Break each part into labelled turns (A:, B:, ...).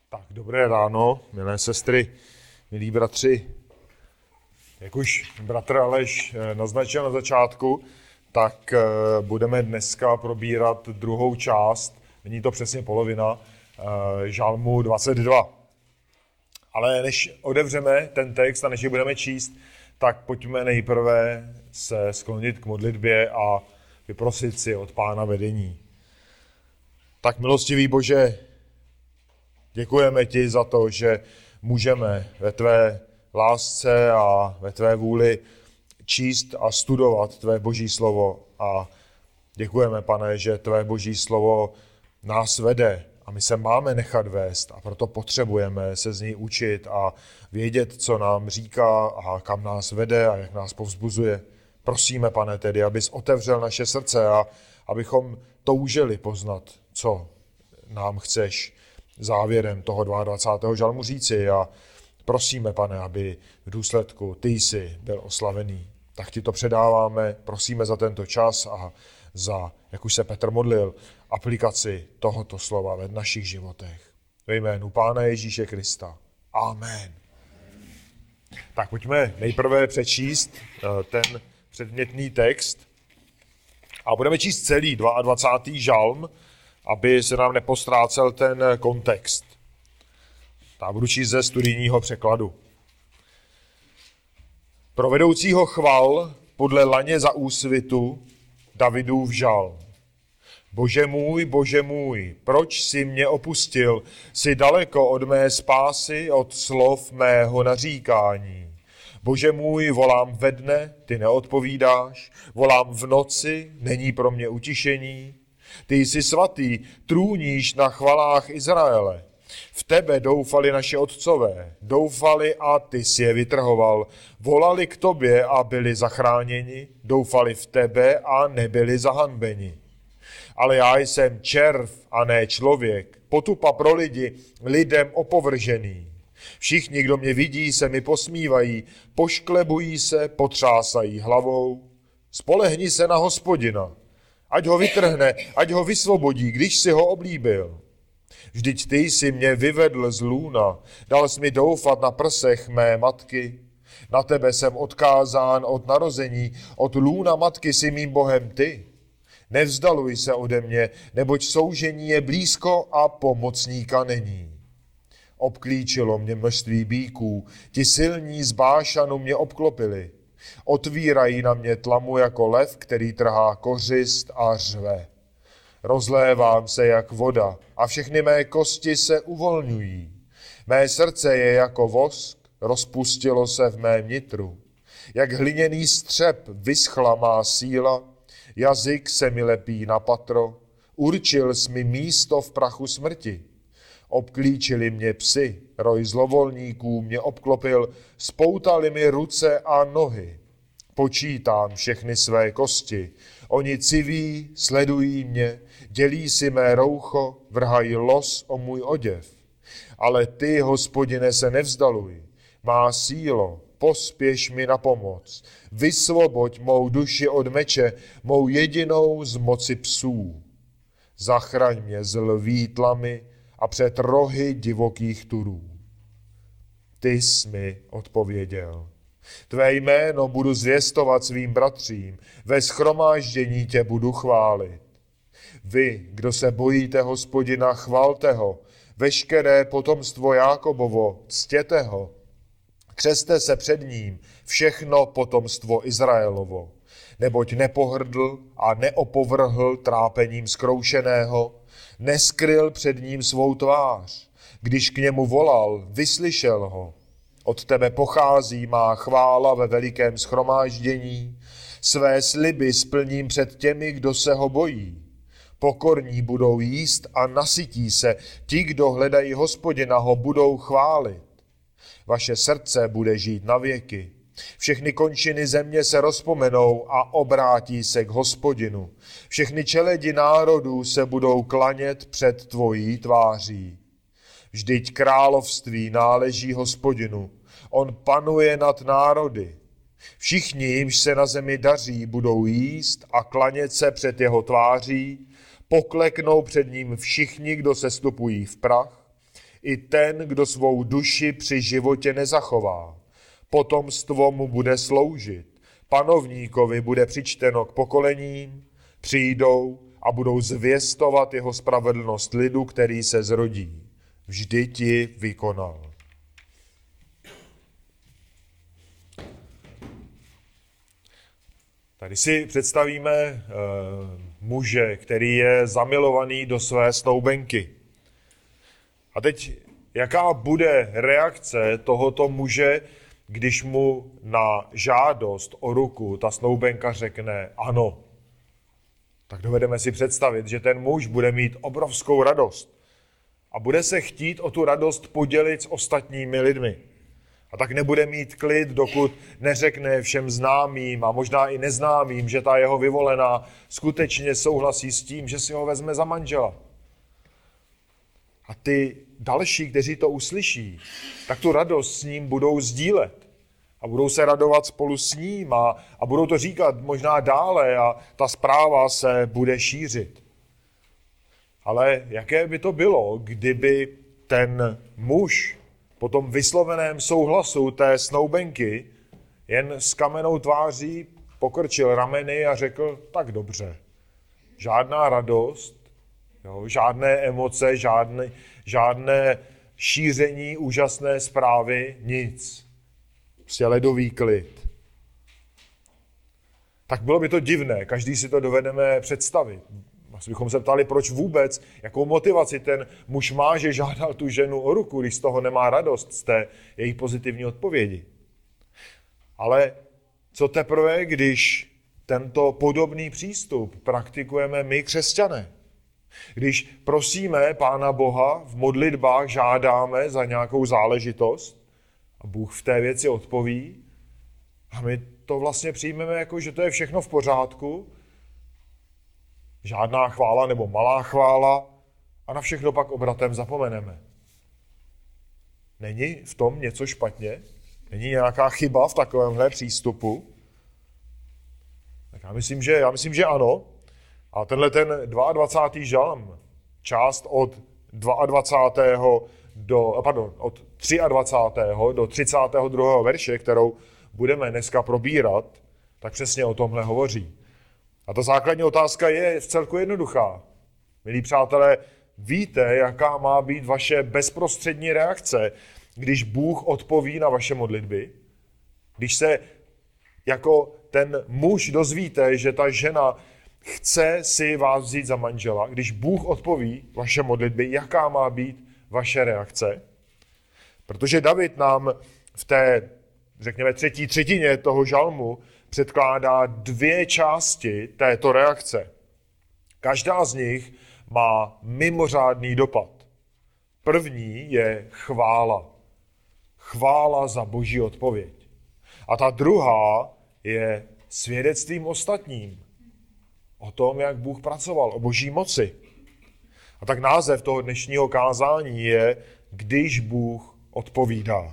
A: Tak, dobré ráno, milé sestry, milí bratři. Jak už bratr Aleš naznačil na začátku, tak budeme dneska probírat druhou část, není to přesně polovina, žalmu 22. Ale než otevřeme ten text a než ji budeme číst, tak pojďme nejprve se sklonit k modlitbě a vyprosit si od Pána vedení. Tak milostivý Bože, děkujeme ti za to, že můžeme ve tvé lásce a ve tvé vůli číst a studovat tvé boží slovo. A děkujeme, Pane, že tvé boží slovo nás vede a my se máme nechat vést a proto potřebujeme se z něj učit a vědět, co nám říká a kam nás vede a jak nás povzbuzuje. Prosíme, Pane, tedy, abys otevřel naše srdce a abychom toužili poznat, co nám chceš závěrem toho 22. žalmu říci a prosíme, Pane, aby v důsledku ty jsi byl oslavený. Tak ti to předáváme, prosíme za tento čas a za, jak už se Petr modlil, aplikaci tohoto slova ve našich životech. Ve jménu Pána Ježíše Krista. Amen. Tak pojďme nejprve přečíst ten předmětný text a budeme číst celý 22. žalm, aby se nám nepostrácel ten kontext. Já budu číst ze studijního překladu. Pro vedoucího chval podle laně za úsvitu Davidův žalm. Bože můj, proč jsi mě opustil? Jsi daleko od mé spásy, od slov mého naříkání. Bože můj, volám ve dne, ty neodpovídáš. Volám v noci, není pro mě utišení. Ty jsi svatý, trůníš na chvalách Izraele. V tebe doufali naši otcové, doufali a ty jsi je vytrhoval. Volali k tobě a byli zachráněni, doufali v tebe a nebyli zahanbeni. Ale já jsem červ a ne člověk, potupa pro lidi, lidem opovržený. Všichni, kdo mě vidí, se mi posmívají, pošklebují se, potřásají hlavou. Spolehni se na Hospodina, ať ho vytrhne, ať ho vysvobodí, když si ho oblíbil. Vždyť ty jsi mě vyvedl z lůna, dal jsi mi doufat na prsech mé matky. Na tebe jsem odkázán od narození, od lůna matky jsi mým Bohem ty. Nevzdaluj se ode mě, neboť soužení je blízko a pomocníka není. Obklíčilo mě množství býků, ti silní z Bášanu mě obklopili. Otvírají na mě tlamu jako lev, který trhá kořist a řve. Rozlévám se jak voda a všechny mé kosti se uvolňují. Mé srdce je jako vosk, rozpustilo se v mém nitru. Jak hliněný střep vyschla má síla, jazyk se mi lepí na patro, určil jsi mi místo v prachu smrti. Obklíčili mě psi, roj zlovolníků mě obklopil, spoutali mi ruce a nohy. Počítám všechny své kosti, oni civí, sledují mě, dělí si mé roucho, vrhají los o můj oděv. Ale ty, Hospodine, se nevzdaluj, má sílo, pospěš mi na pomoc, vysvoboď mou duši od meče, mou jedinou z moci psů. Zachraň mě z lví tlamy a před rohy divokých turů. Ty jsi mi odpověděl. Tvé jméno budu zvěstovat svým bratřím, ve shromáždění tě budu chválit. Vy, kdo se bojíte Hospodina, chvalte ho, veškeré potomstvo Jákobovo, ctěte ho. Křeste se před ním, všechno potomstvo Izraelovo, neboť nepohrdl a neopovrhl trápením zkroušeného, neskryl před ním svou tvář. Když k němu volal, vyslyšel ho. Od tebe pochází má chvála ve velikém shromáždění. Své sliby splním před těmi, kdo se ho bojí. Pokorní budou jíst a nasytí se. Ti, kdo hledají Hospodina, ho budou chválit. Vaše srdce bude žít na věky. Všechny končiny země se rozpomenou a obrátí se k Hospodinu. Všechny čeledi národů se budou klanět před tvojí tváří. Vždyť království náleží Hospodinu. On panuje nad národy. Všichni, jimž se na zemi daří, budou jíst a klanět se před jeho tváří. Pokleknou před ním všichni, kdo se stupují v prach. i ten, kdo svou duši při životě nezachová. Potomstvo mu bude sloužit. Panovníkovi bude přičteno k pokolením, přijdou a budou zvěstovat jeho spravedlnost lidu, který se zrodí. Vždyť ji vykonal. Tady si představíme muže, který je zamilovaný do své snoubenky. A teď, jaká bude reakce tohoto muže, když mu na žádost o ruku ta snoubenka řekne ano? Tak dovedeme si představit, že ten muž bude mít obrovskou radost a bude se chtít o tu radost podělit s ostatními lidmi. A tak nebude mít klid, dokud neřekne všem známým a možná i neznámým, že ta jeho vyvolená skutečně souhlasí s tím, že si ho vezme za manžela. A ty další, kteří to uslyší, tak tu radost s ním budou sdílet. A budou se radovat spolu s ním a budou to říkat možná dále a ta zpráva se bude šířit. Ale jaké by to bylo, kdyby ten muž po tom vysloveném souhlasu té snoubenky jen s kamennou tváří pokrčil rameny a řekl, tak dobře, žádná radost, žádné emoce, žádné šíření úžasné zprávy, nic. Prostě ledový klid. Tak bylo by to divné, každý si to dovedeme představit. Asi bychom se ptali, proč vůbec, jakou motivaci ten muž má, že žádal tu ženu o ruku, když z toho nemá radost, z té její pozitivní odpovědi. Ale co teprve, když tento podobný přístup praktikujeme my, křesťané? Když prosíme Pána Boha v modlitbách, žádáme za nějakou záležitost a Bůh v té věci odpoví a my to vlastně přijmeme jako, že to je všechno v pořádku, žádná chvála nebo malá chvála a na všechno pak obratem zapomeneme. Není v tom něco špatně? Není nějaká chyba v takovémhle přístupu? Tak já myslím, že ano. A tenhle ten 22. žalm, část od 23. do 32. verše, kterou budeme dneska probírat, tak přesně o tomhle hovoří. A ta základní otázka je vcelku jednoduchá. Milí přátelé, víte, jaká má být vaše bezprostřední reakce, když Bůh odpoví na vaše modlitby? Když se jako ten muž dozvíte, že ta žena chce si vás vzít za manžela, když Bůh odpoví vaše modlitby, jaká má být vaše reakce? Protože David nám v té, řekněme, třetí třetině toho žalmu předkládá dvě části této reakce. Každá z nich má mimořádný dopad. První je chvála. Chvála za Boží odpověď. A ta druhá je svědectvím ostatním o tom, jak Bůh pracoval, o Boží moci. A tak název toho dnešního kázání je Když Bůh odpovídá.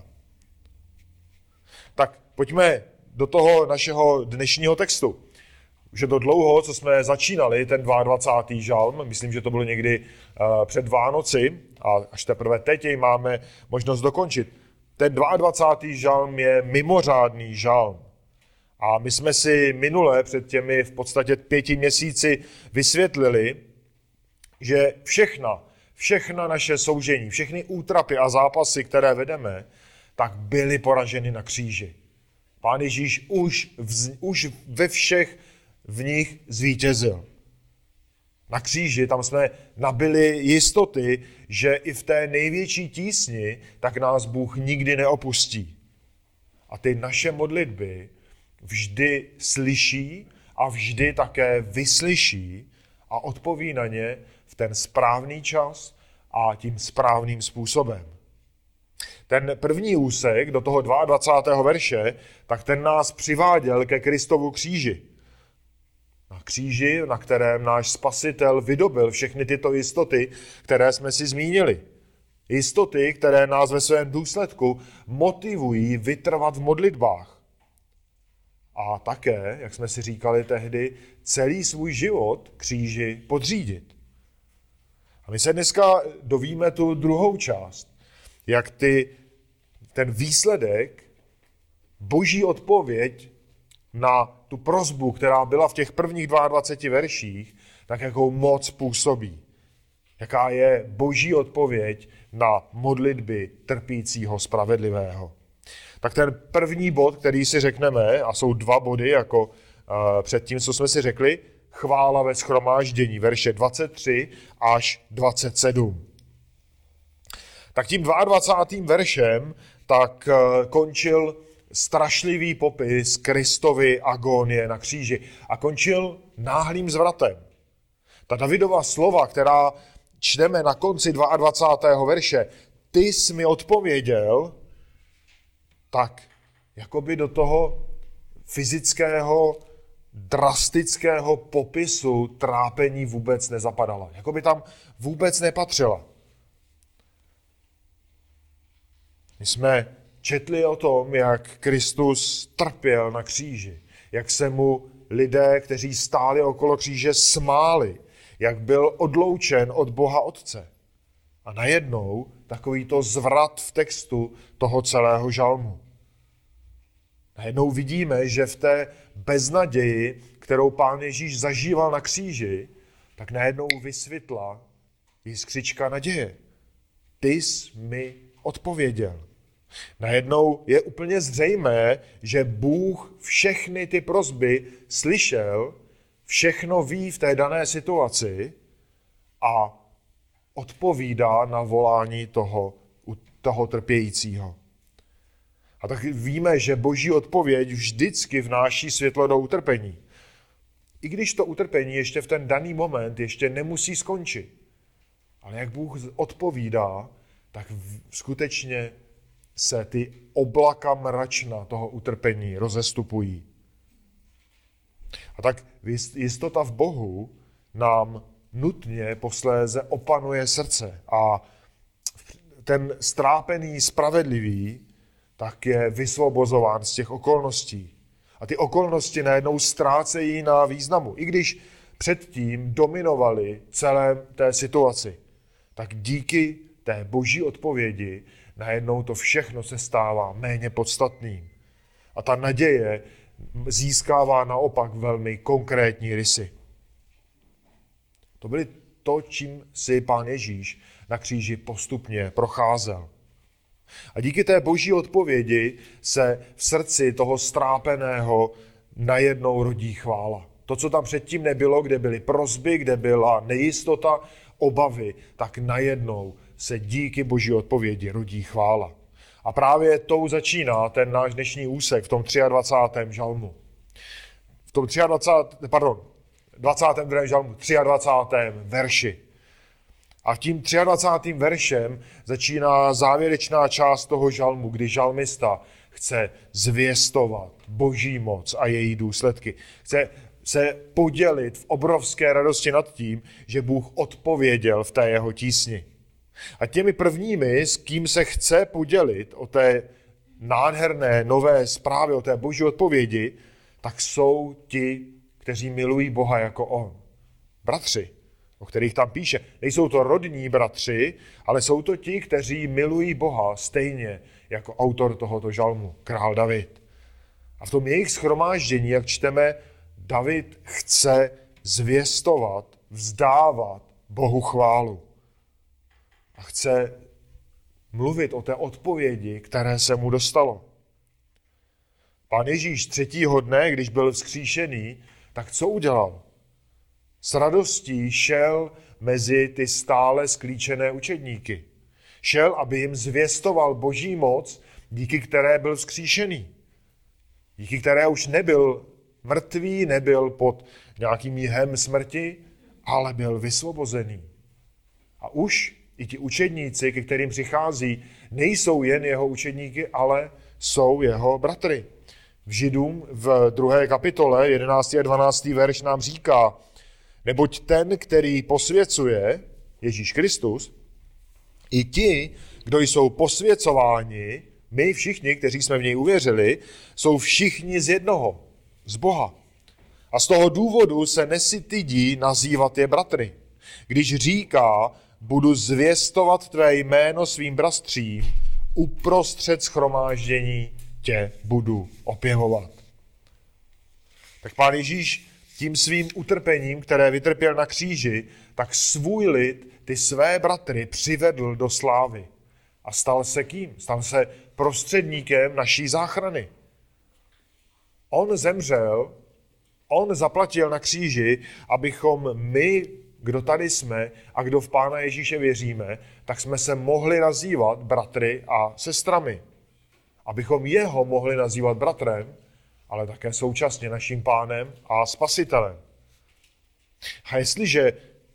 A: Tak pojďme do toho našeho dnešního textu. Už je to dlouho, co jsme začínali, ten 22. žalm, myslím, že to bylo někdy před Vánoci a až teprve teď jej máme možnost dokončit. Ten 22. žalm je mimořádný žalm. A my jsme si minule před těmi v podstatě 5 měsíci vysvětlili, že všechna naše soužení, všechny útrapy a zápasy, které vedeme, tak byly poraženy na kříži. Pán Ježíš už ve všech v nich zvítězil. Na kříži tam jsme nabili jistoty, že i v té největší tísni tak nás Bůh nikdy neopustí. A ty naše modlitby vždy slyší a vždy také vyslyší a odpoví na ně v ten správný čas a tím správným způsobem. Ten první úsek do toho 22. verše, tak ten nás přiváděl ke Kristovu kříži. Na kříži, na kterém náš Spasitel vydobyl všechny tyto jistoty, které jsme si zmínili. Jistoty, které nás ve svém důsledku motivují vytrvat v modlitbách. A také, jak jsme si říkali tehdy, celý svůj život kříži podřídit. A my se dneska dovíme tu druhou část. jak ten výsledek, boží odpověď na tu prosbu, která byla v těch prvních 22 verších, tak jakou moc působí. Jaká je boží odpověď na modlitby trpícího spravedlivého. Tak ten první bod, který si řekneme, a jsou 2 body, jako před tím, co jsme si řekli, chvála ve shromáždění, verše 23 až 27. Tak tím 22. veršem tak končil strašlivý popis Kristovy agonie na kříži a končil náhlým zvratem. Ta Davidova slova, která čteme na konci 22. verše, ty jsi mi odpověděl, tak jakoby do toho fyzického, drastického popisu trápení vůbec nezapadala. Jakoby tam vůbec nepatřila. My jsme četli o tom, jak Kristus trpěl na kříži, jak se mu lidé, kteří stáli okolo kříže, smáli, jak byl odloučen od Boha Otce. A najednou takovýto zvrat v textu toho celého žalmu. Najednou vidíme, že v té beznaději, kterou Pán Ježíš zažíval na kříži, tak najednou vysvětla jiskřička naděje. Ty jsi mi odpověděl. Najednou je úplně zřejmé, že Bůh všechny ty prosby slyšel, všechno ví v té dané situaci a odpovídá na volání toho trpějícího. A tak víme, že boží odpověď vždycky vnáší světlo do utrpení. I když to utrpení ještě v ten daný moment ještě nemusí skončit. Ale jak Bůh odpovídá, tak skutečně se ty oblaka mračna toho utrpení rozestupují. A tak jistota v Bohu nám nutně posléze opanuje srdce a ten strápený spravedlivý tak je vysvobozován z těch okolností. A ty okolnosti najednou ztrácejí na významu. I když předtím dominovaly celé té situaci, tak díky té boží odpovědi najednou to všechno se stává méně podstatným. A ta naděje získává naopak velmi konkrétní rysy. To byly to, čím si Pán Ježíš na kříži postupně procházel. A díky té boží odpovědi se v srdci toho strápeného najednou rodí chvála. To, co tam předtím nebylo, kde byly prosby, kde byla nejistota, obavy, tak najednou se díky boží odpovědi rodí chvála. A právě tou začíná ten náš dnešní úsek v tom 23. žalmu. V tom 22. žalmu, 23. verši. A tím 23. veršem začíná závěrečná část toho žalmu, kdy žalmista chce zvěstovat boží moc a její důsledky. Chce se podělit v obrovské radosti nad tím, že Bůh odpověděl v té jeho tísni. A těmi prvními, s kým se chce podělit o té nádherné nové zprávy, o té boží odpovědi, tak jsou ti, kteří milují Boha jako on. Bratři, o kterých tam píše. Nejsou to rodní bratři, ale jsou to ti, kteří milují Boha stejně jako autor tohoto žalmu, král David. A v tom jejich shromáždění, jak čteme, David chce zvěstovat, vzdávat Bohu chválu. A chce mluvit o té odpovědi, které se mu dostalo. Pán Ježíš 3. dne, když byl vzkříšený, tak co udělal? S radostí šel mezi ty stále sklíčené učedníky. Šel, aby jim zvěstoval boží moc, díky které byl vzkříšený. Díky které už nebyl mrtvý, nebyl pod nějakým jihem smrti, ale byl vysvobozený. A už i ti učedníci, ke kterým přichází, nejsou jen jeho učedníky, ale jsou jeho bratry. V Židům v 2. kapitole 11. a 12. verš nám říká: neboť ten, který posvěcuje, Ježíš Kristus, i ti, kdo jsou posvěcováni, my všichni, kteří jsme v něj uvěřili, jsou všichni z jednoho, z Boha. A z toho důvodu se nesitydí nazývat je bratry. Když říká, budu zvěstovat tvé jméno svým bratřím, uprostřed shromáždění tě budu opěvovat. Tak Pán Ježíš tím svým utrpením, které vytrpěl na kříži, tak svůj lid, ty své bratry, přivedl do slávy. A stal se kým? Stal se prostředníkem naší záchrany. On zemřel, on zaplatil na kříži, abychom my, kdo tady jsme a kdo v Pána Ježíše věříme, tak jsme se mohli nazývat bratry a sestrami. Abychom jeho mohli nazývat bratrem, ale také současně naším Pánem a Spasitelem. A jestliže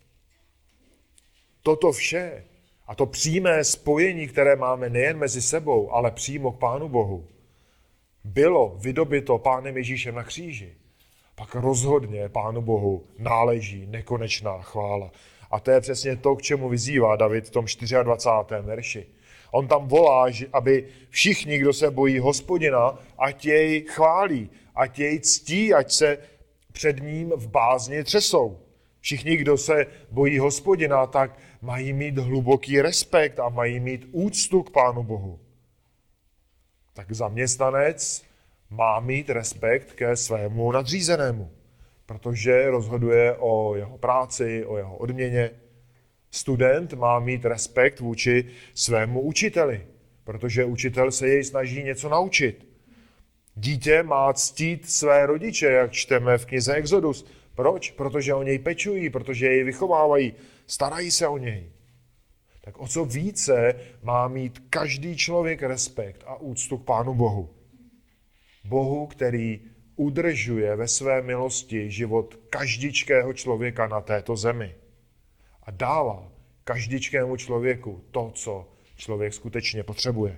A: toto vše a to přímé spojení, které máme nejen mezi sebou, ale přímo k Pánu Bohu, bylo vydobyto Pánem Ježíšem na kříži, pak rozhodně Pánu Bohu náleží nekonečná chvála. A to je přesně to, k čemu vyzývá David v tom 24. verši. On tam volá, aby všichni, kdo se bojí Hospodina, ať jej chválí, ať jej ctí, ať se před ním v bázni třesou. Všichni, kdo se bojí Hospodina, tak mají mít hluboký respekt a mají mít úctu k Pánu Bohu. Tak zaměstnanec má mít respekt ke svému nadřízenému, protože rozhoduje o jeho práci, o jeho odměně. Student má mít respekt vůči svému učiteli, protože učitel se jej snaží něco naučit. Dítě má ctít své rodiče, jak čteme v knize Exodus. Proč? Protože o něj pečují, protože jej vychovávají, starají se o něj. Tak o co více má mít každý člověk respekt a úctu k Pánu Bohu. Bohu, který udržuje ve své milosti život každičkého člověka na této zemi. A dává každičkému člověku to, co člověk skutečně potřebuje.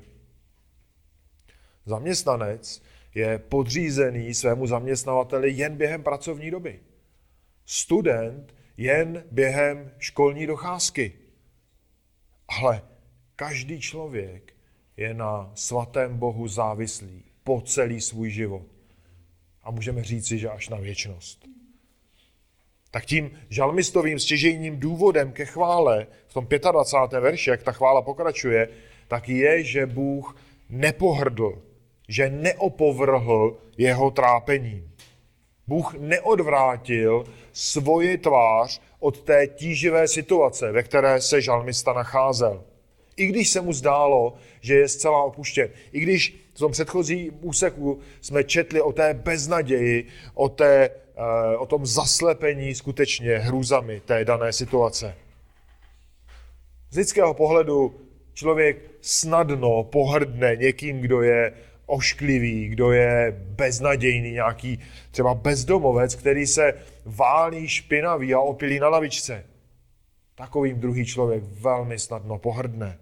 A: Zaměstnanec je podřízený svému zaměstnavateli jen během pracovní doby. Student jen během školní docházky. Ale každý člověk je na svatém Bohu závislý po celý svůj život. A můžeme říci, že až na věčnost. Tak tím žalmistovým stěžejním důvodem ke chvále v tom 25. verši, jak ta chvála pokračuje, tak je, že Bůh nepohrdl, že neopovrhl jeho trápením. Bůh neodvrátil svoji tvář od té tíživé situace, ve které se žalmista nacházel. I když se mu zdálo, že je zcela opuštěn. I když v tom předchozí úseku jsme četli o té beznaději, o tom zaslepení skutečně hrůzami té dané situace. Z lidského pohledu člověk snadno pohrdne někým, kdo je ošklivý, kdo je beznadějný, nějaký třeba bezdomovec, který se válí špinavý a opilý na lavičce. Takovým druhý člověk velmi snadno pohrdne.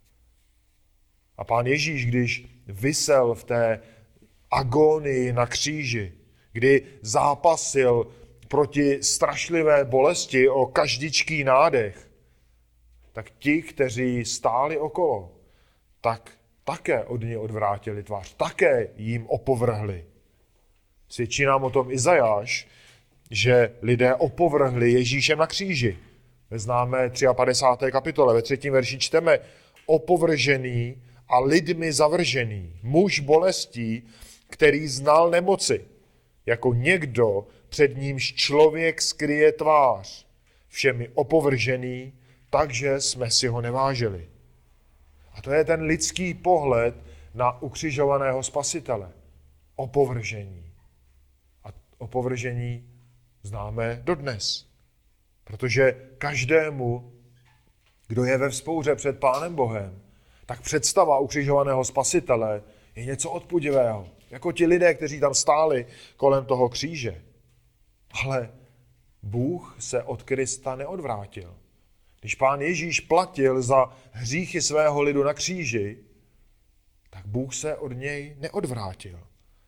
A: A Pán Ježíš, když visel v té agónii na kříži, kdy zápasil proti strašlivé bolesti o každičký nádech, tak ti, kteří stáli okolo, tak také od něj odvrátili tvář, také jim opovrhli. Svědčí nám o tom Izajáš, že lidé opovrhli Ježíšem na kříži. Ve známé 53. kapitole, ve 3. verši čteme: opovržený a lidmi zavržený, muž bolestí, který znal nemoci, jako někdo, před nímž člověk skryje tvář, všemi opovržený, takže jsme si ho nevážili. A to je ten lidský pohled na ukřižovaného Spasitele. Opovržení. A opovržení známe dodnes. Protože každému, kdo je ve vzpouře před Pánem Bohem, tak představa ukřižovaného Spasitele je něco odpudivého. Jako ti lidé, kteří tam stáli kolem toho kříže. Ale Bůh se od Krista neodvrátil. Když Pán Ježíš platil za hříchy svého lidu na kříži, tak Bůh se od něj neodvrátil.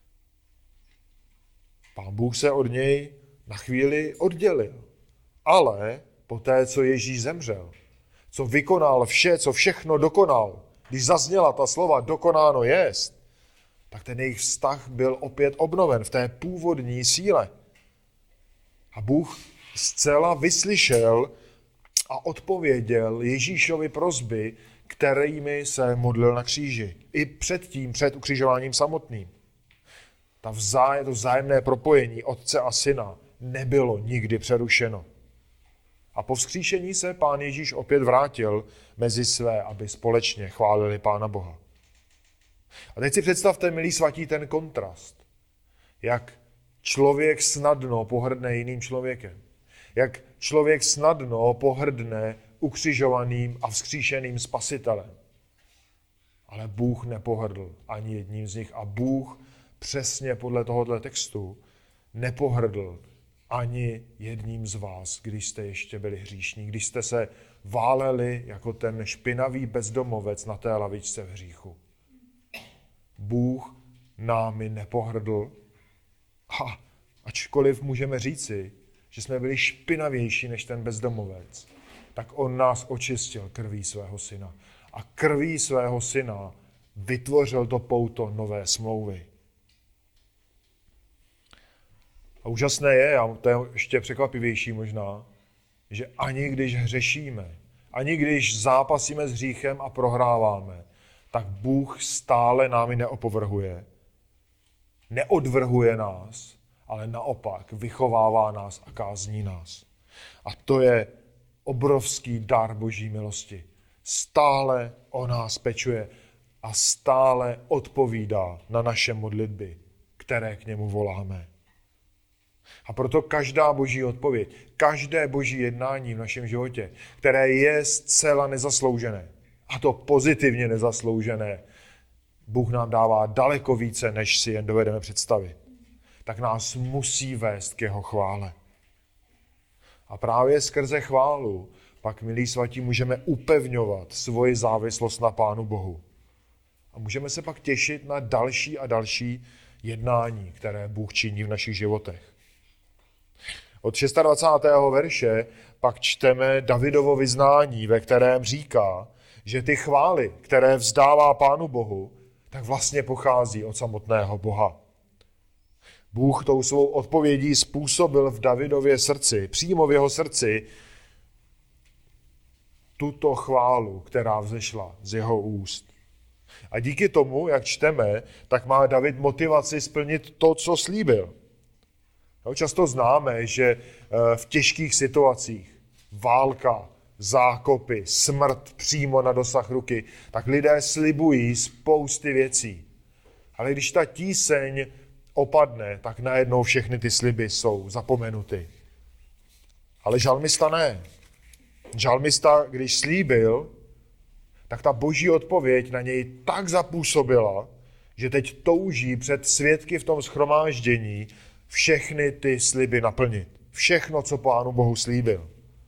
A: Pán Bůh se od něj na chvíli oddělil. Ale poté, co Ježíš zemřel, co vykonal vše, co všechno dokonal, když zazněla ta slova dokonáno jest, tak ten jejich vztah byl opět obnoven v té původní síle. A Bůh zcela vyslyšel a odpověděl Ježíšovi prosby, kterými se modlil na kříži. I předtím, před ukřižováním samotným. To vzájemné propojení Otce a Syna nebylo nikdy přerušeno. A po vzkříšení se Pán Ježíš opět vrátil mezi své, aby společně chválili Pána Boha. A teď si představte, milí svatí, ten kontrast. Jak člověk snadno pohrdne jiným člověkem. Jak člověk snadno pohrdne ukřižovaným a vzkříšeným Spasitelem. Ale Bůh nepohrdl ani jedním z nich. A Bůh přesně podle tohoto textu nepohrdl ani jedním z vás, když jste ještě byli hříšní, když jste se váleli jako ten špinavý bezdomovec na té lavičce v hříchu. Bůh námi nepohrdl, a ačkoliv můžeme říci, že jsme byli špinavější než ten bezdomovec, tak on nás očistil krví svého syna. A krví svého syna vytvořil to pouto nové smlouvy. A úžasné je, a to je ještě překvapivější možná, že ani když hřešíme, ani když zápasíme s hříchem a prohráváme, tak Bůh stále námi neopovrhuje, neodvrhuje nás, ale naopak vychovává nás a kázní nás. A to je obrovský dar Boží milosti. Stále o nás pečuje a stále odpovídá na naše modlitby, které k němu voláme. A proto každá Boží odpověď, každé Boží jednání v našem životě, které je zcela nezasloužené, a to pozitivně nezasloužené, Bůh nám dává daleko více, než si jen dovedeme představit, tak nás musí vést k jeho chvále. A právě skrze chválu pak, milí svatí, můžeme upevňovat svoji závislost na Pánu Bohu. A můžeme se pak těšit na další a další jednání, které Bůh činí v našich životech. Od 26. verše pak čteme Davidovo vyznání, ve kterém říká, že ty chvály, které vzdává Pánu Bohu, tak vlastně pochází od samotného Boha. Bůh tou svou odpovědí způsobil v Davidově srdci, přímo v jeho srdci, tuto chválu, která vzešla z jeho úst. A díky tomu, jak čteme, tak má David motivaci splnit to, co slíbil. Často známe, že v těžkých situacích, válka, zákopy, smrt přímo na dosah ruky, tak lidé slibují spousty věcí. Ale když ta tíseň opadne, tak najednou všechny ty sliby jsou zapomenuty. Ale žalmista ne. Žalmista, když slíbil, tak ta Boží odpověď na něj tak zapůsobila, že teď touží před svědky v tom shromáždění všechny ty sliby naplnit. Všechno, co Pánu Bohu slíbil.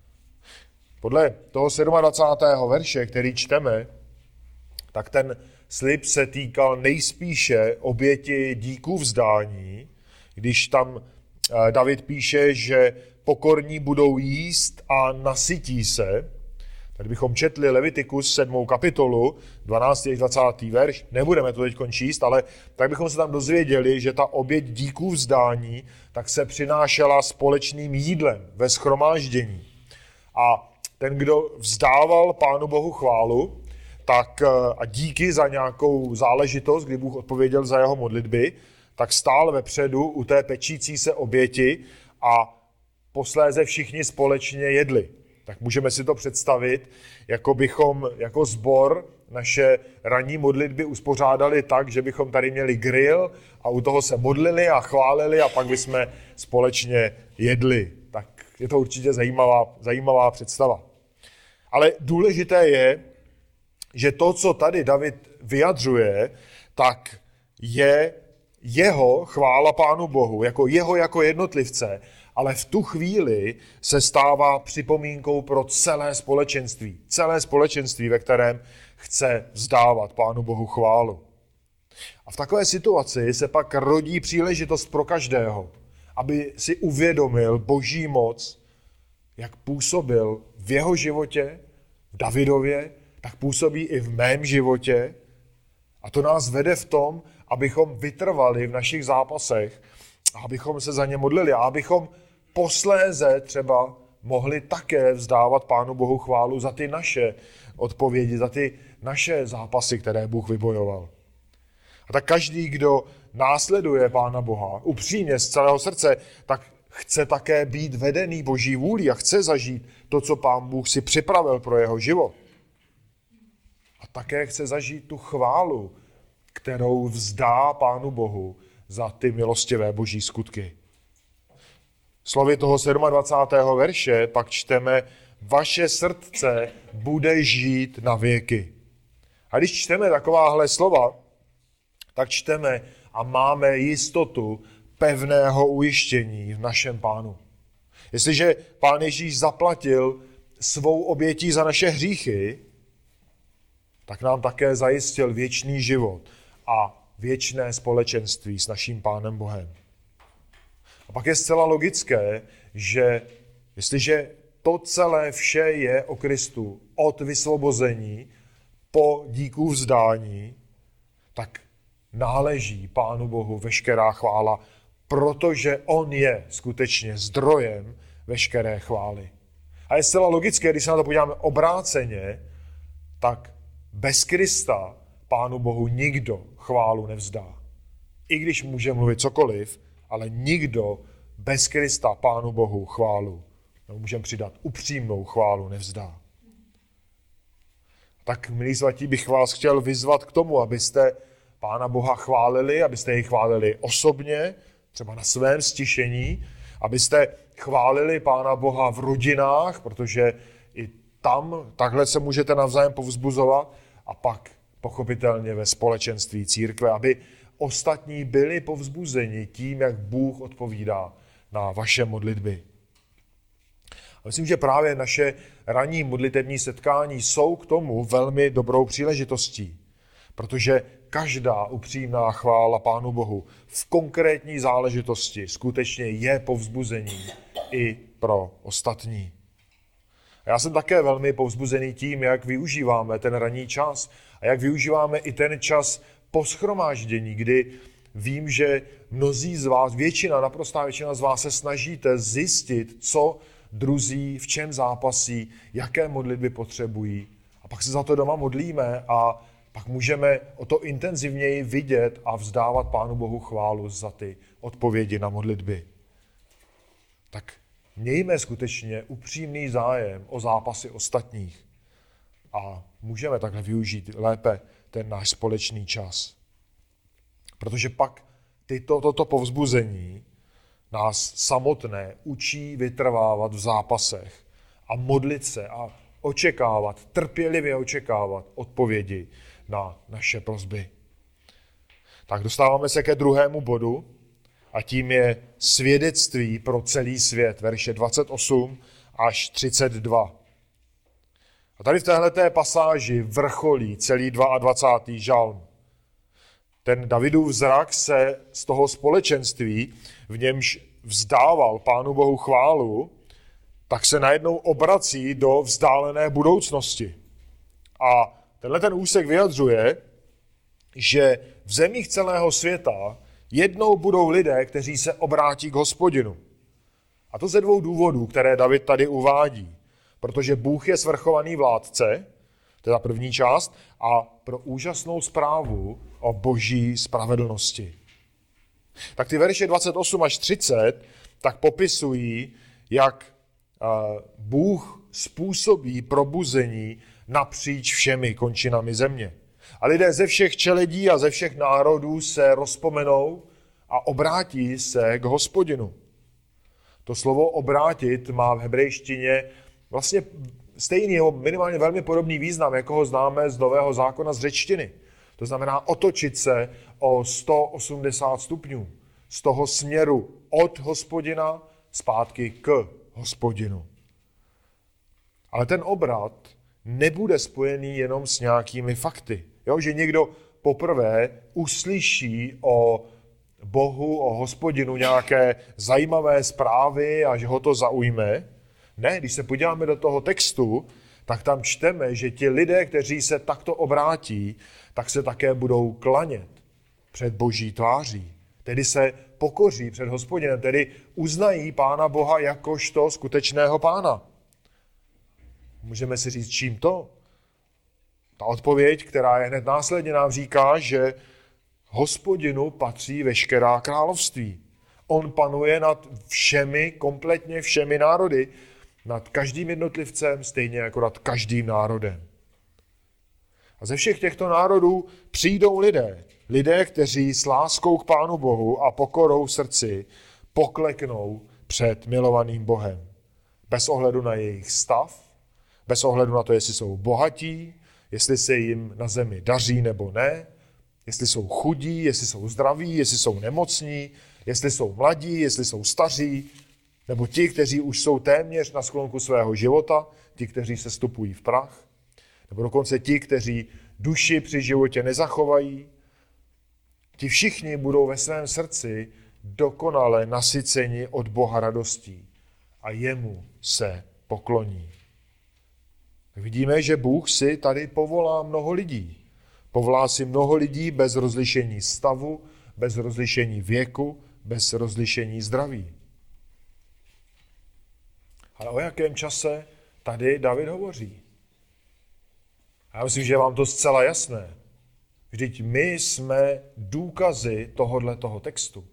A: Podle toho 27. verše, který čteme, tak ten slib se týkal nejspíše oběti díků vzdání, když tam David píše, že pokorní budou jíst a nasytí se. Tady bychom četli Levitikus 7. kapitolu, 12. až 20. verš, nebudeme to teď číst, ale tak bychom se tam dozvěděli, že ta oběť díků vzdání tak se přinášela společným jídlem ve shromáždění. A ten, kdo vzdával Pánu Bohu chválu, tak a díky za nějakou záležitost, kdy Bůh odpověděl za jeho modlitby, tak stál vepředu u té pečící se oběti a posléze všichni společně jedli. Tak můžeme si to představit, jako bychom jako sbor naše ranní modlitby uspořádali tak, že bychom tady měli grill a u toho se modlili a chválili a pak bychom společně jedli. Tak je to určitě zajímavá představa. Ale důležité je, že to, co tady David vyjadřuje, tak je jeho chvála Pánu Bohu, jako jednotlivce, ale v tu chvíli se stává připomínkou pro celé společenství, ve kterém chce vzdávat Pánu Bohu chválu. A v takové situaci se pak rodí příležitost pro každého, aby si uvědomil Boží moc, jak působil v jeho životě, v Davidově, tak působí i v mém životě. A to nás vede v tom, abychom vytrvali v našich zápasech, a abychom se za ně modlili a abychom posléze třeba mohli také vzdávat Pánu Bohu chválu za ty naše odpovědi, za ty naše zápasy, které Bůh vybojoval. A tak každý, kdo následuje Pána Boha upřímně z celého srdce, tak chce také být vedený Boží vůlí a chce zažít to, co Pán Bůh si připravil pro jeho život. A také chce zažít tu chválu, kterou vzdá Pánu Bohu za ty milostivé Boží skutky. Slovy toho 27. verše pak čteme: vaše srdce bude žít na věky. A když čteme takováhle slova, tak čteme a máme jistotu pevného ujištění v našem Pánu. Jestliže Pán Ježíš zaplatil svou obětí za naše hříchy, tak nám také zajistil věčný život a věčné společenství s naším Pánem Bohem. A pak je zcela logické, že jestliže to celé vše je o Kristu od vysvobození po díku vzdání, tak náleží Pánu Bohu veškerá chvála, protože on je skutečně zdrojem veškeré chvály. A je zcela logické, když se na to podíváme obráceně, tak bez Krista Pánu Bohu nikdo chválu nevzdá. I když může mluvit cokoliv, ale nikdo bez Krista Pánu Bohu chválu, můžeme přidat upřímnou chválu, nevzdá. Tak, milí svatí, bych vás chtěl vyzvat k tomu, abyste Pána Boha chválili, abyste jej chválili osobně, třeba na svém stišení, abyste chválili Pána Boha v rodinách, protože i tam takhle se můžete navzájem povzbuzovat, a pak pochopitelně ve společenství církve, aby ostatní byli povzbuzeni tím, jak Bůh odpovídá na vaše modlitby. A myslím, že právě naše ranní modlitební setkání jsou k tomu velmi dobrou příležitostí, protože každá upřímná chvála Pánu Bohu v konkrétní záležitosti skutečně je povzbuzení i pro ostatní. A já jsem také velmi povzbuzený tím, jak využíváme ten ranní čas a jak využíváme i ten čas po shromáždění, kdy vím, že mnozí z vás, naprostá většina z vás se snažíte zjistit, co druzí, v čem zápasí, jaké modlitby potřebují. A pak se za to doma modlíme a pak můžeme o to intenzivněji vidět a vzdávat Pánu Bohu chválu za ty odpovědi na modlitby. Tak mějme skutečně upřímný zájem o zápasy ostatních a můžeme takhle využít lépe ten náš společný čas. Protože pak toto povzbuzení nás samotné učí vytrvávat v zápasech a modlit se a očekávat, trpělivě očekávat odpovědi na naše prosby. Tak dostáváme se ke druhému bodu a tím je svědectví pro celý svět, verše 28 až 32. A tady v téhleté pasáži vrcholí celý 22. žalm. Ten Davidův zrak se z toho společenství, v němž vzdával Pánu Bohu chválu, tak se najednou obrací do vzdálené budoucnosti. A tenhle ten úsek vyjadřuje, že v zemích celého světa jednou budou lidé, kteří se obrátí k Hospodinu. A to ze dvou důvodů, které David tady uvádí. Protože Bůh je svrchovaný vládce, to je ta první část, a pro úžasnou zprávu o boží spravedlnosti. Tak ty verše 28 až 30 tak popisují, jak Bůh způsobí probuzení napříč všemi končinami země. A lidé ze všech čeledí a ze všech národů se rozpomenou a obrátí se k Hospodinu. To slovo obrátit má v hebrejštině vlastně stejný, minimálně velmi podobný význam, jako ho známe z Nového zákona z řečtiny. To znamená otočit se o 180 stupňů z toho směru od Hospodina zpátky k Hospodinu. Ale ten obrat nebude spojený jenom s nějakými fakty. Jo, že někdo poprvé uslyší o Bohu, o Hospodinu nějaké zajímavé zprávy a že ho to zaujme. Ne, když se podíváme do toho textu, tak tam čteme, že ti lidé, kteří se takto obrátí, tak se také budou klanět před Boží tváří. Tedy se pokoří před Hospodinem, tedy uznají Pána Boha jakožto skutečného Pána. Můžeme si říct, čím to? Ta odpověď, která je hned následně, nám říká, že Hospodinu patří veškerá království. On panuje nad všemi, kompletně všemi národy, nad každým jednotlivcem, stejně jako nad každým národem. A ze všech těchto národů přijdou lidé, kteří s láskou k Pánu Bohu a pokorou v srdci pokleknou před milovaným Bohem. Bez ohledu na jejich stav, bez ohledu na to, jestli jsou bohatí, jestli se jim na zemi daří nebo ne, jestli jsou chudí, jestli jsou zdraví, jestli jsou nemocní, jestli jsou mladí, jestli jsou staří, nebo ti, kteří už jsou téměř na sklonku svého života, ti, kteří se stupují v prach, nebo dokonce ti, kteří duši při životě nezachovají, ti všichni budou ve svém srdci dokonale nasyceni od Boha radostí a jemu se pokloní. Tak vidíme, že Bůh si tady povolá mnoho lidí. Povolá si mnoho lidí bez rozlišení stavu, bez rozlišení věku, bez rozlišení zdraví. Ale o jakém čase tady David hovoří? Já myslím, že je vám to zcela jasné. Vždyť my jsme důkazy tohoto textu.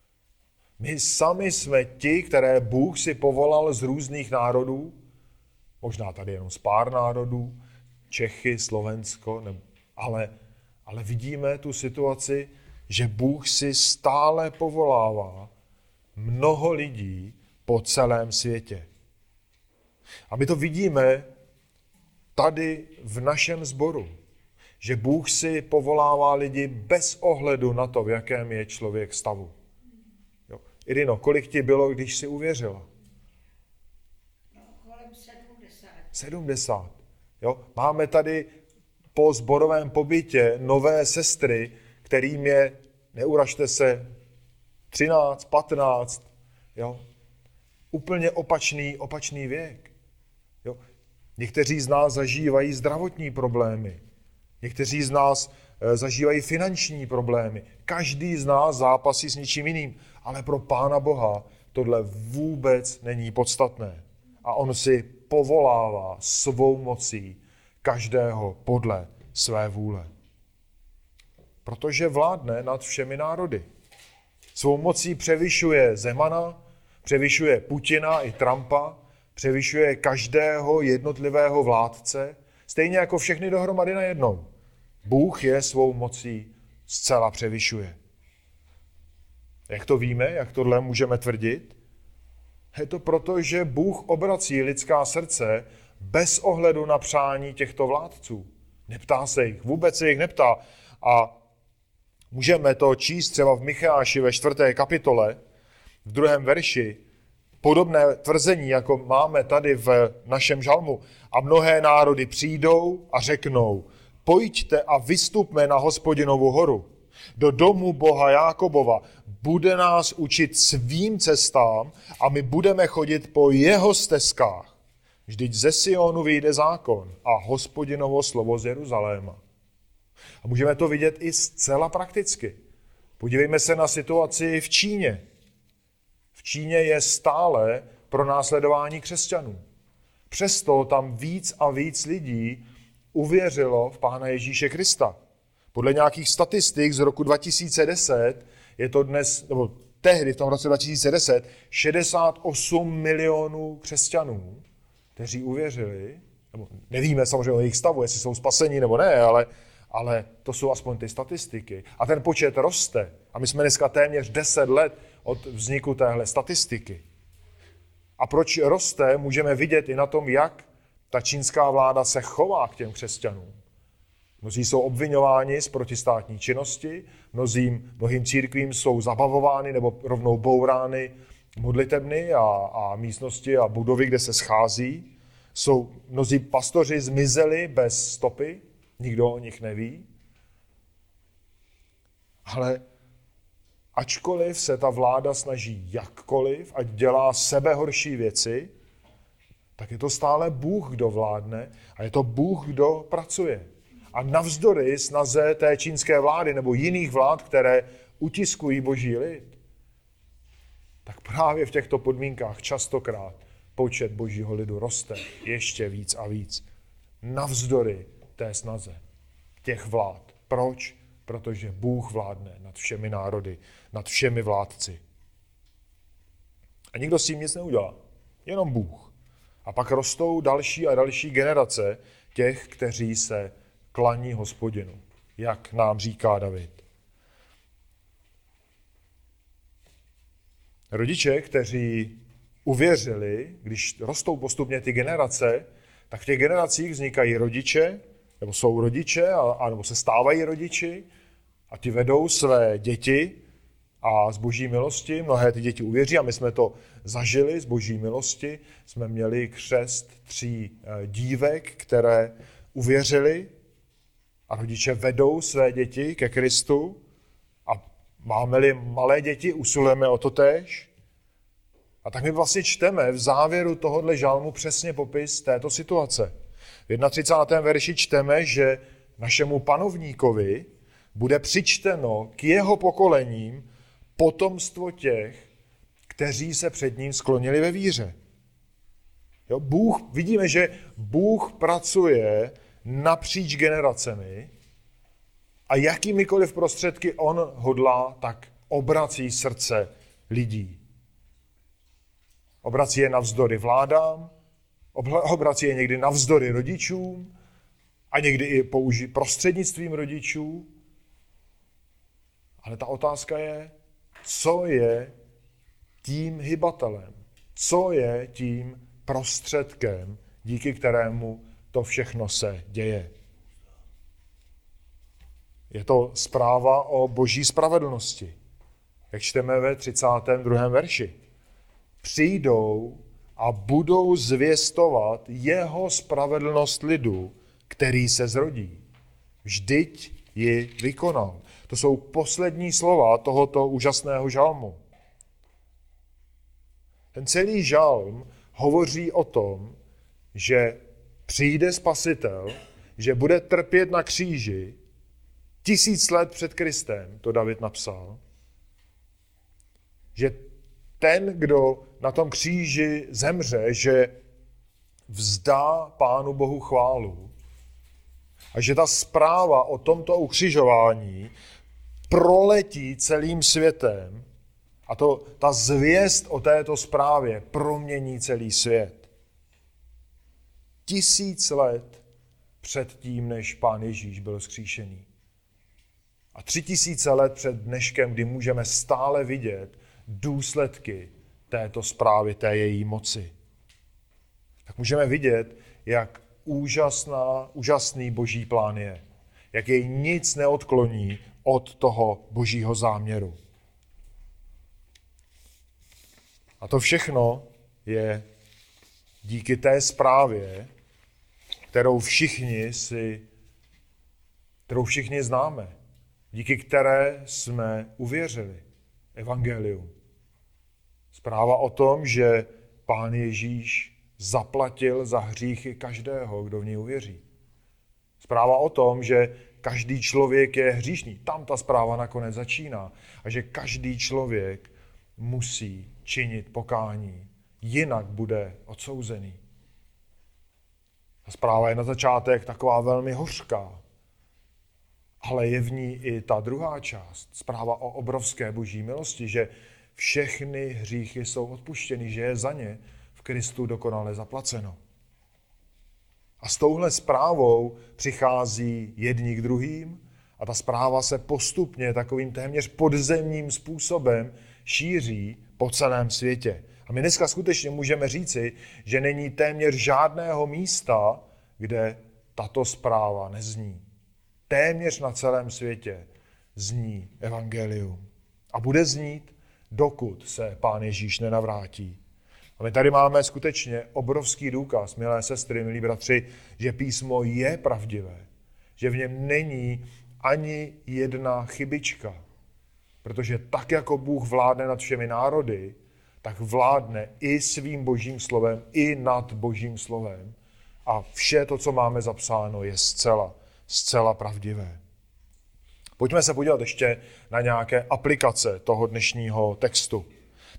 A: My sami jsme ti, které Bůh si povolal z různých národů, možná tady jenom z pár národů, Čechy, Slovensko, ale vidíme tu situaci, že Bůh si stále povolává mnoho lidí po celém světě. A my to vidíme tady v našem sboru, že Bůh si povolává lidi bez ohledu na to, v jakém je člověk stavu. Jo. Irino, kolik ti bylo, když jsi uvěřila?
B: No, kolem 70.
A: 70. Jo. Máme tady po sborovém pobytě nové sestry, kterým je, neuražte se, 13, 15. Jo. Úplně opačný věk. Jo. Někteří z nás zažívají zdravotní problémy. Někteří z nás zažívají finanční problémy. Každý z nás zápasí s něčím jiným. Ale pro Pána Boha tohle vůbec není podstatné. A on si povolává svou mocí každého podle své vůle. Protože vládne nad všemi národy. Svou mocí převyšuje Zemana, převyšuje Putina i Trumpa, převyšuje každého jednotlivého vládce, stejně jako všechny dohromady najednou. Bůh je svou mocí zcela převyšuje. Jak to víme, jak tohle můžeme tvrdit? Je to proto, že Bůh obrací lidská srdce bez ohledu na přání těchto vládců. Neptá se jich, vůbec se jich neptá. A můžeme to číst třeba v Micheáši ve 4. kapitole, v 2. verši, podobné tvrzení, jako máme tady v našem žalmu. A mnohé národy přijdou a řeknou, pojďte a vystupme na Hospodinovu horu, do domu Boha Jákobova, bude nás učit svým cestám a my budeme chodit po jeho stezkách. Vždyť ze Sionu vyjde zákon a Hospodinovo slovo z Jeruzaléma. A můžeme to vidět i zcela prakticky. Podívejme se na situaci v Číně. V Číně je stále pronásledování křesťanů. Přesto tam víc a víc lidí uvěřilo v Pána Ježíše Krista. Podle nějakých statistik z roku 2010 je to dnes, nebo tehdy v tom roce 2010, 68 milionů křesťanů, kteří uvěřili, nebo nevíme samozřejmě o jejich stavu, jestli jsou spasení nebo ne, ale to jsou aspoň ty statistiky. A ten počet roste. A my jsme dneska téměř 10 let od vzniku téhle statistiky. A proč roste, můžeme vidět i na tom, jak ta čínská vláda se chová k těm křesťanům. Mnozí jsou obvinováni z protistátní činnosti, mnohým církvím jsou zabavovány nebo rovnou bourány modlitebny a místnosti a budovy, kde se schází. Mnozí pastoři zmizeli bez stopy, nikdo o nich neví. Ale ačkoliv se ta vláda snaží jakkoliv, ať dělá sebehorší věci, tak je to stále Bůh, kdo vládne a je to Bůh, kdo pracuje. A navzdory snaze té čínské vlády nebo jiných vlád, které utiskují boží lid, tak právě v těchto podmínkách častokrát počet božího lidu roste ještě víc a víc. Navzdory té snaze těch vlád. Proč? Protože Bůh vládne nad všemi národy, nad všemi vládci. A nikdo s tím nic neudělá. Jenom Bůh. A pak rostou další a další generace těch, kteří se klaní Hospodinu, jak nám říká David. Rodiče, kteří uvěřili, když rostou postupně ty generace, tak v těch generacích vznikají rodiče, nebo jsou rodiče, nebo se stávají rodiči a ti vedou své děti a z boží milosti mnohé ty děti uvěří a my jsme to zažili z boží milosti. Jsme měli křest 3 dívek, které uvěřili a rodiče vedou své děti ke Kristu a máme-li malé děti, usilujeme o to též. A tak my vlastně čteme v závěru tohohle žalmu přesně popis této situace. V 31. verši čteme, že našemu panovníkovi bude přičteno k jeho pokolením potomstvo těch, kteří se před ním sklonili ve víře. Jo, vidíme, že Bůh pracuje napříč generacemi a jakýmikoliv prostředky on hodlá, tak obrací srdce lidí. Obrací je navzdory vládám, obrací je někdy navzdory rodičům a někdy i prostřednictvím rodičů. Ale ta otázka je, co je tím hybatelem, co je tím prostředkem, díky kterému to všechno se děje. Je to zpráva o boží spravedlnosti, jak čteme ve 32. verši. Přijdou a budou zvěstovat jeho spravedlnost lidu, který se zrodí. Vždyť ji vykonal. To jsou poslední slova tohoto úžasného žalmu. Ten celý žalm hovoří o tom, že přijde spasitel, že bude trpět na kříži 1000 let před Kristem, to David napsal, že ten, kdo na tom kříži zemře, že vzdá Pánu Bohu chválu a že ta zpráva o tomto ukřižování proletí celým světem a ta zvěst o této zprávě promění celý svět. 1000 let před tím, než Pán Ježíš byl vzkříšený. A 3000 let před dneškem, kdy můžeme stále vidět důsledky této zprávy, té její moci. Tak můžeme vidět, jak úžasný boží plán je. Jak jej nic neodkloní od toho božího záměru. A to všechno je díky té zprávě, kterou všichni známe, díky které jsme uvěřili. Evangelium. Zpráva o tom, že Pán Ježíš zaplatil za hříchy každého, kdo v něj uvěří. Zpráva o tom, že každý člověk je hříšný. Tam ta zpráva nakonec začíná. A že každý člověk musí činit pokání, jinak bude odsouzený. Ta zpráva je na začátek taková velmi hořká, ale je v ní i ta druhá část, zpráva o obrovské boží milosti, že všechny hříchy jsou odpuštěny, že je za ně v Kristu dokonale zaplaceno. A s touhle zprávou přichází jedni k druhým a ta zpráva se postupně takovým téměř podzemním způsobem šíří po celém světě. A my dneska skutečně můžeme říci, že není téměř žádného místa, kde tato zpráva nezní. Téměř na celém světě zní evangelium. A bude znít, dokud se Pán Ježíš nenavrátí. A my tady máme skutečně obrovský důkaz, milé sestry, milí bratři, že písmo je pravdivé, že v něm není ani jedna chybička. Protože tak, jako Bůh vládne nad všemi národy, tak vládne i svým božím slovem, i nad božím slovem. A vše to, co máme zapsáno, je zcela pravdivé. Pojďme se podívat ještě na nějaké aplikace toho dnešního textu.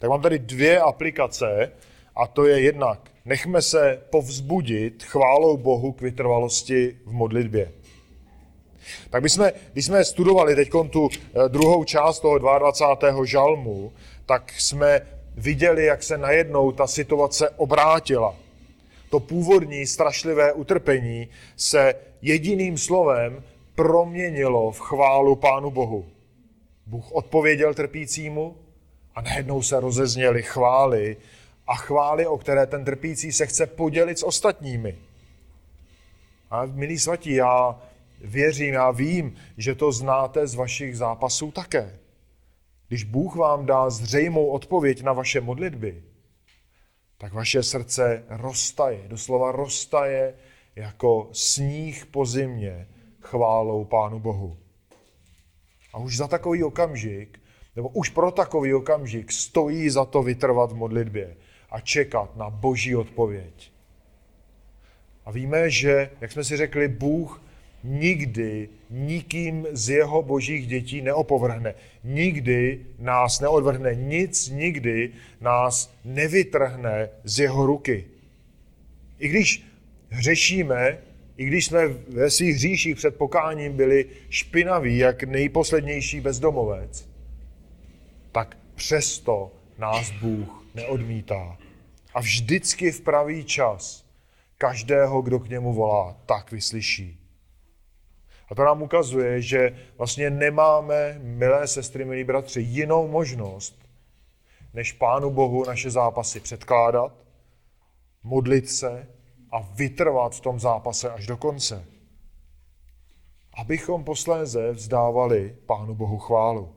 A: Tak mám tady 2 aplikace a to je jednak nechme se povzbudit chválou Bohu k vytrvalosti v modlitbě. Tak když jsme studovali teď tu druhou část toho 22. žalmu, tak jsme viděli, jak se najednou ta situace obrátila. To původní strašlivé utrpení se jediným slovem proměnilo v chválu Pánu Bohu. Bůh odpověděl trpícímu a najednou se rozezněly chvály a chvály, o které ten trpící se chce podělit s ostatními. A milí svatí, já věřím, já vím, že to znáte z vašich zápasů také. Když Bůh vám dá zřejmou odpověď na vaše modlitby, tak vaše srdce roztaje, doslova roztaje jako sníh po zimě chválou Pánu Bohu. A už za takový okamžik, nebo už pro takový okamžik stojí za to vytrvat v modlitbě a čekat na Boží odpověď. A víme, že, jak jsme si řekli, Bůh nikdy nikým z jeho božích dětí neopovrhne. Nikdy nás neodvrhne. Nic nikdy nás nevytrhne z jeho ruky. I když hřešíme, i když jsme ve svých hříších před pokáním byli špinaví, jak nejposlednější bezdomovec, tak přesto nás Bůh neodmítá. A vždycky v pravý čas každého, kdo k němu volá, tak vyslyší. A to nám ukazuje, že vlastně nemáme, milé sestry, milí bratři, jinou možnost, než Pánu Bohu naše zápasy předkládat, modlit se a vytrvat v tom zápase až do konce. Abychom posléze vzdávali Pánu Bohu chválu.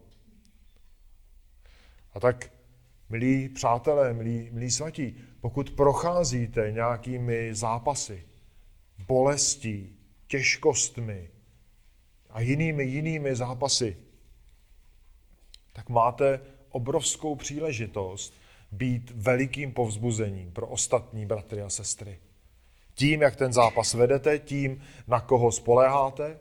A: A tak, milí přátelé, milí svatí, pokud procházíte nějakými zápasy, bolestí, těžkostmi a jinými zápasy, tak máte obrovskou příležitost být velikým povzbuzením pro ostatní bratry a sestry. Tím, jak ten zápas vedete, tím, na koho spoléháte,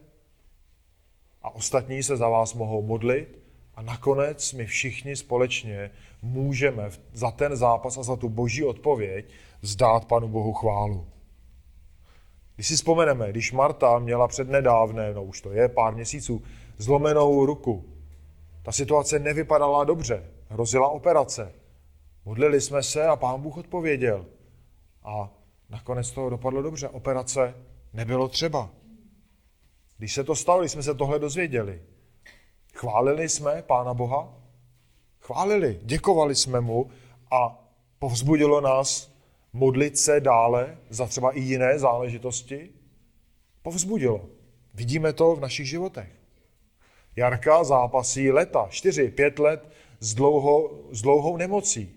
A: a ostatní se za vás mohou modlit a nakonec my všichni společně můžeme za ten zápas a za tu boží odpověď vzdát Panu Bohu chválu. Když si vzpomeneme, když Marta měla přednedávné, už to je pár měsíců, zlomenou ruku, ta situace nevypadala dobře, hrozila operace. Modlili jsme se a Pán Bůh odpověděl. A nakonec toho dopadlo dobře, operace nebylo třeba. Když se to stalo, když jsme se tohle dozvěděli, chválili jsme Pána Boha? Chválili, děkovali jsme mu a povzbudilo nás modlit se dále za třeba i jiné záležitosti? Povzbudilo. Vidíme to v našich životech. Jarka zápasí leta, 4-5 let s dlouhou nemocí.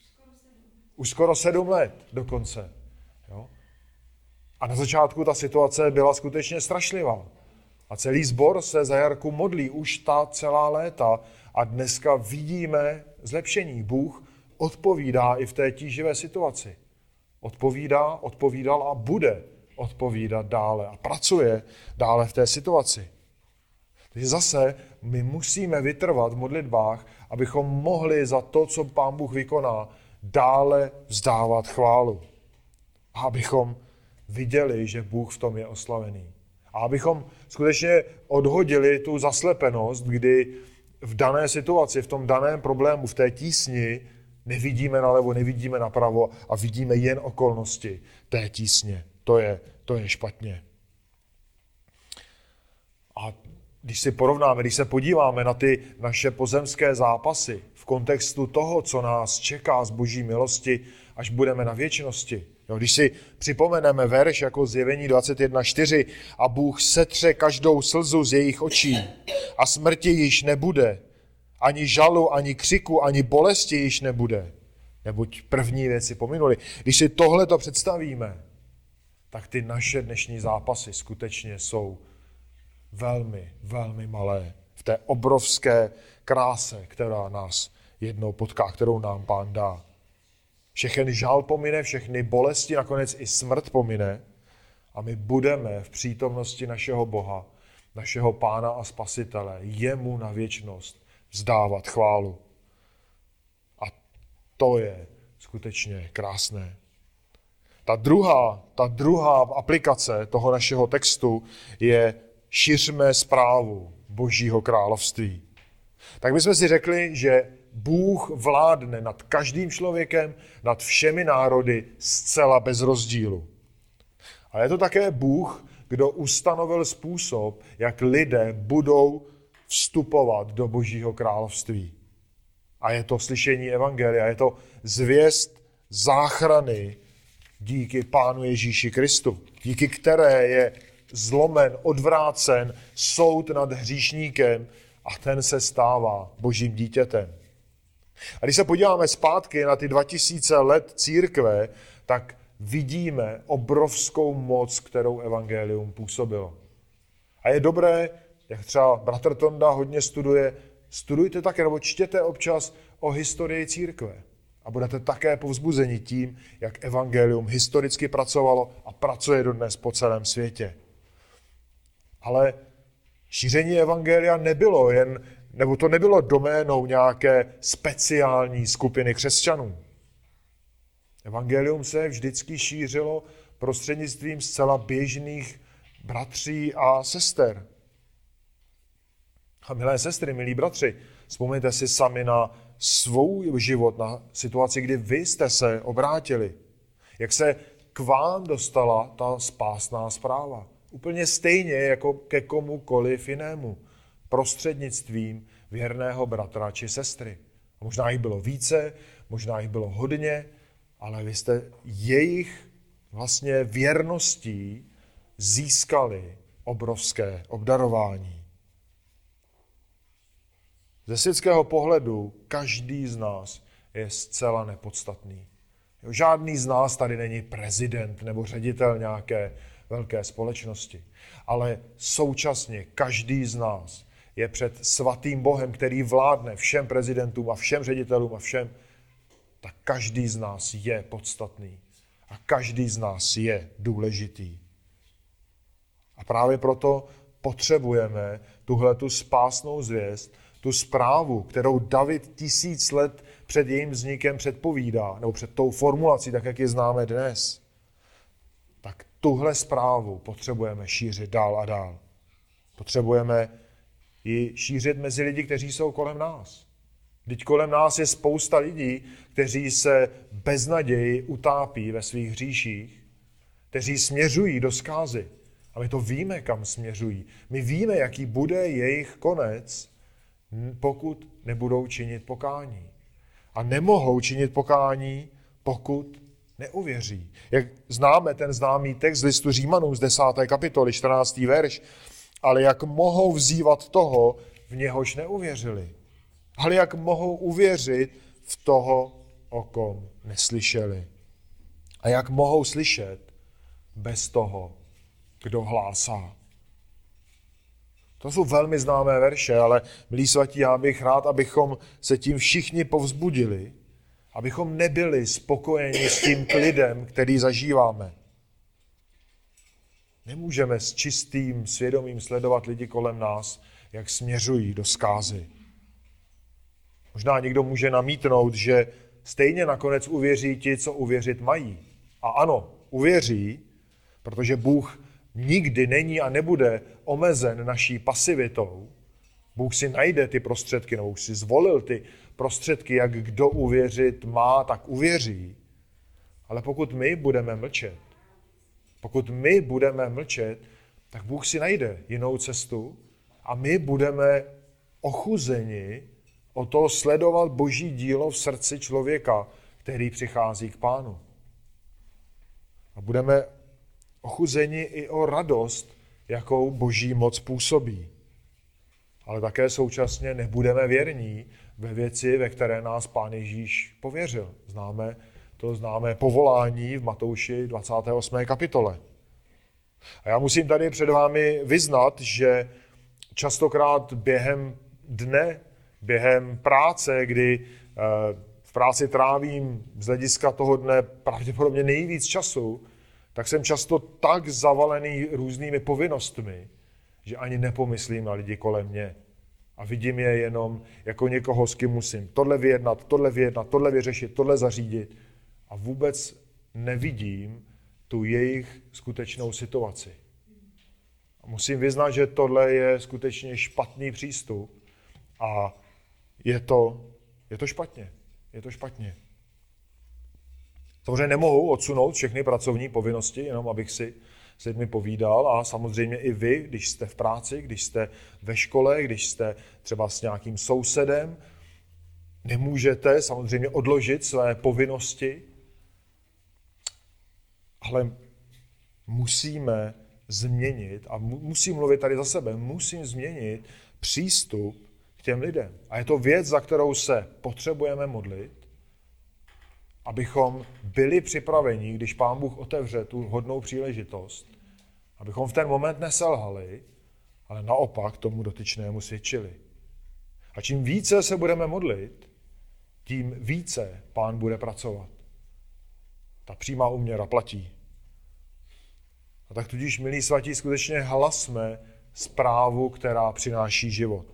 A: Už skoro 7 let dokonce. Jo? A na začátku ta situace byla skutečně strašlivá. A celý sbor se za Jarku modlí už ta celá léta a dneska vidíme zlepšení. Bůh odpovídá i v té tíživé situaci. Odpovídal a bude odpovídat dále a pracuje dále v té situaci. Takže zase my musíme vytrvat v modlitbách, abychom mohli za to, co Pán Bůh vykoná, dále vzdávat chválu. A abychom viděli, že Bůh v tom je oslavený. A abychom skutečně odhodili tu zaslepenost, kdy v dané situaci, v tom daném problému, v té tísni, nevidíme nalevo, nevidíme napravo a vidíme jen okolnosti té tísně. To je špatně. A když si porovnáme, když se podíváme na ty naše pozemské zápasy v kontextu toho, co nás čeká z boží milosti, až budeme na věčnosti. Jo, když si připomeneme verš jako Zjevení 21.4 a Bůh setře každou slzu z jejich očí a smrti již nebude, ani žalu, ani křiku, ani bolesti již nebude. Neboť první věci pominuli. Když si tohleto představíme, tak ty naše dnešní zápasy skutečně jsou velmi, velmi malé v té obrovské kráse, která nás jednou potká, kterou nám Pán dá. Všechny žal pomine, všechny bolesti, nakonec i smrt pomine a my budeme v přítomnosti našeho Boha, našeho Pána a Spasitele, jemu na věčnost vzdávat chválu. A To je skutečně krásné. Ta druhá aplikace toho našeho textu je šiřme zprávu Božího království. Tak my jsme si řekli, že Bůh vládne nad každým člověkem, nad všemi národy, zcela bez rozdílu. A je to také Bůh, kdo ustanovil způsob, jak lidé budou vstupovat do Božího království. A je to slyšení evangelia, je to zvěst záchrany díky Pánu Ježíši Kristu, díky které je zlomen, odvrácen soud nad hříšníkem a ten se stává Božím dítětem. A když se podíváme zpátky na ty 2000 let církve, tak vidíme obrovskou moc, kterou evangelium působilo. A je dobré, jak třeba bratr Tonda hodně studujte také, nebo čtěte občas o historii církve. A budete také povzbuzeni tím, jak evangelium historicky pracovalo a pracuje dodnes po celém světě. Ale šíření evangelia to nebylo doménou nějaké speciální skupiny křesťanů. Evangelium se vždycky šířilo prostřednictvím zcela běžných bratří a sester. A milé sestry, milí bratři, vzpomeňte si sami na svůj život, na situaci, kdy vy jste se obrátili. Jak se k vám dostala ta spásná zpráva. Úplně stejně jako ke komukoliv jinému. Prostřednictvím věrného bratra či sestry. A možná jich bylo více, možná jich bylo hodně, ale vy jste jejich vlastně věrností získali obrovské obdarování. Ze světského pohledu každý z nás je zcela nepodstatný. Žádný z nás tady není prezident nebo ředitel nějaké velké společnosti. Ale současně každý z nás je před svatým Bohem, který vládne všem prezidentům a všem ředitelům a všem, tak každý z nás je podstatný. A každý z nás je důležitý. A právě proto potřebujeme tuhletu spásnou zvěst, tu zprávu, kterou David 1000 let před jejím vznikem předpovídá, nebo před tou formulací, tak jak ji známe dnes, tak tuhle zprávu potřebujeme šířit dál a dál. Potřebujeme ji šířit mezi lidi, kteří jsou kolem nás. Vždyť kolem nás je spousta lidí, kteří se beznaději utápí ve svých hříších, kteří směřují do zkázy. A my to víme, kam směřují. My víme, jaký bude jejich konec, pokud nebudou činit pokání. A nemohou činit pokání, pokud neuvěří. Jak známe ten známý text z listu Římanům z 10. kapitoly, 14. verš, ale jak mohou vzývat toho, v něhož neuvěřili. Ale jak mohou uvěřit v toho, o kom neslyšeli. A jak mohou slyšet bez toho, kdo hlásá. To jsou velmi známé verše, ale milí svatí, já bych rád, abychom se tím všichni povzbudili, abychom nebyli spokojeni s tím klidem, který zažíváme. Nemůžeme s čistým svědomím sledovat lidi kolem nás, jak směřují do zkázy. Možná někdo může namítnout, že stejně nakonec uvěří ti, co uvěřit mají. A ano, uvěří, protože Bůh nikdy není a nebude omezen naší pasivitou. Bůh si najde ty prostředky, nebo už si zvolil ty prostředky, jak kdo uvěřit má, tak uvěří. Ale pokud my budeme mlčet, tak Bůh si najde jinou cestu a my budeme ochuzeni o to sledovat Boží dílo v srdci člověka, který přichází k Pánu. A budeme ochuzeni i o radost, jakou Boží moc působí. Ale také současně nebudeme věrní ve věci, ve které nás Pán Ježíš pověřil. Známe povolání v Matouši 28. kapitole. A já musím tady před vámi vyznat, že častokrát během dne, během práce, kdy v práci trávím z hlediska toho dne pravděpodobně nejvíc času, tak jsem často tak zavalený různými povinnostmi, že ani nepomyslím na lidi kolem mě. A vidím je jenom jako někoho, s kým musím tohle vyjednat, tohle vyřešit, tohle zařídit. A vůbec nevidím tu jejich skutečnou situaci. A musím vyznat, že tohle je skutečně špatný přístup a je to špatně. Je to špatně. Samozřejmě nemohu odsunout všechny pracovní povinnosti, jenom abych si s lidmi povídal a samozřejmě i vy, když jste v práci, když jste ve škole, když jste třeba s nějakým sousedem, nemůžete samozřejmě odložit své povinnosti, ale musíme změnit, a musím mluvit tady za sebe, musím změnit přístup k těm lidem. A je to věc, za kterou se potřebujeme modlit, abychom byli připraveni, když Pán Bůh otevře tu hodnou příležitost, abychom v ten moment neselhali, ale naopak tomu dotyčnému svědčili. A čím více se budeme modlit, tím více Pán bude pracovat. Ta přímá úměra platí. A tak tudíž, milí svatí, skutečně hlasme zprávu, která přináší život.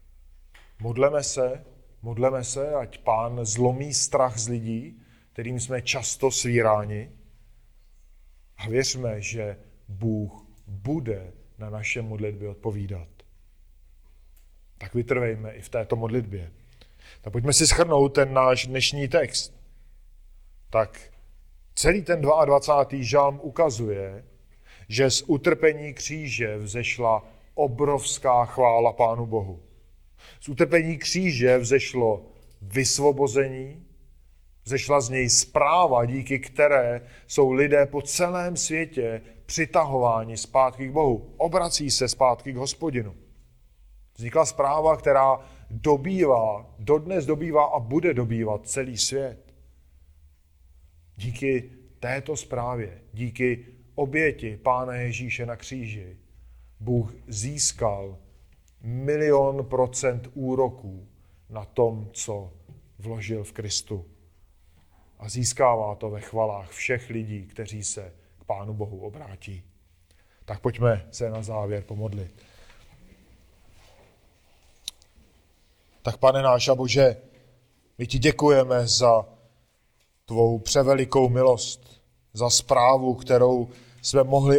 A: Modleme se, ať Pán zlomí strach z lidí, kterým jsme často svíráni. A věřme, že Bůh bude na naše modlitby odpovídat. Tak vytrvejme i v této modlitbě. Tak pojďme si shrnout ten náš dnešní text. Tak celý ten 22. žalm ukazuje, že z utrpení kříže vzešla obrovská chvála Pánu Bohu. Z utrpení kříže vzešlo vysvobození, vzešla z něj zpráva, díky které jsou lidé po celém světě přitahováni zpátky k Bohu. Obrací se zpátky k Hospodinu. Vznikla zpráva, která dodnes dobývá a bude dobývat celý svět. Díky této zprávě, díky oběti Pána Ježíše na kříži, Bůh získal 1,000,000% úroků na tom, co vložil v Kristu. A získává to ve chvalách všech lidí, kteří se k Pánu Bohu obrátí. Tak pojďme se na závěr pomodlit. Tak Pane náš a Bože, my ti děkujeme za tvou převelikou milost, za zprávu, které jsme mohli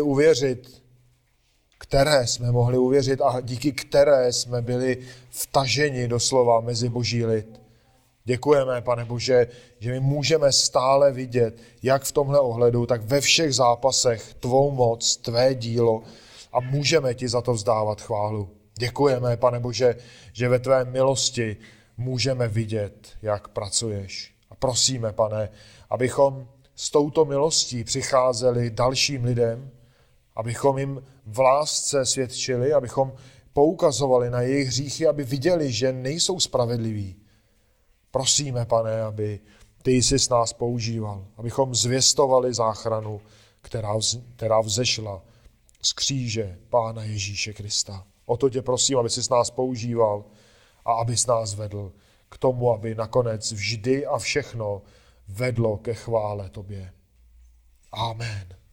A: uvěřit a díky které jsme byli vtaženi doslova mezi Boží lid. Děkujeme, Pane Bože, že my můžeme stále vidět, jak v tomhle ohledu, tak ve všech zápasech tvou moc, tvé dílo a můžeme ti za to vzdávat chválu. Děkujeme, Pane Bože, že ve tvé milosti můžeme vidět, jak pracuješ. A prosíme, Pane, abychom s touto milostí přicházeli dalším lidem, abychom jim v lásce svědčili, abychom poukazovali na jejich hříchy, aby viděli, že nejsou spravedliví. Prosíme, Pane, aby ty jsi s nás používal, abychom zvěstovali záchranu, která vzešla z kříže Pána Ježíše Krista. O to tě prosím, aby jsi s nás používal a abys nás vedl k tomu, aby nakonec vždy a všechno vedlo ke chvále tobě. Amen.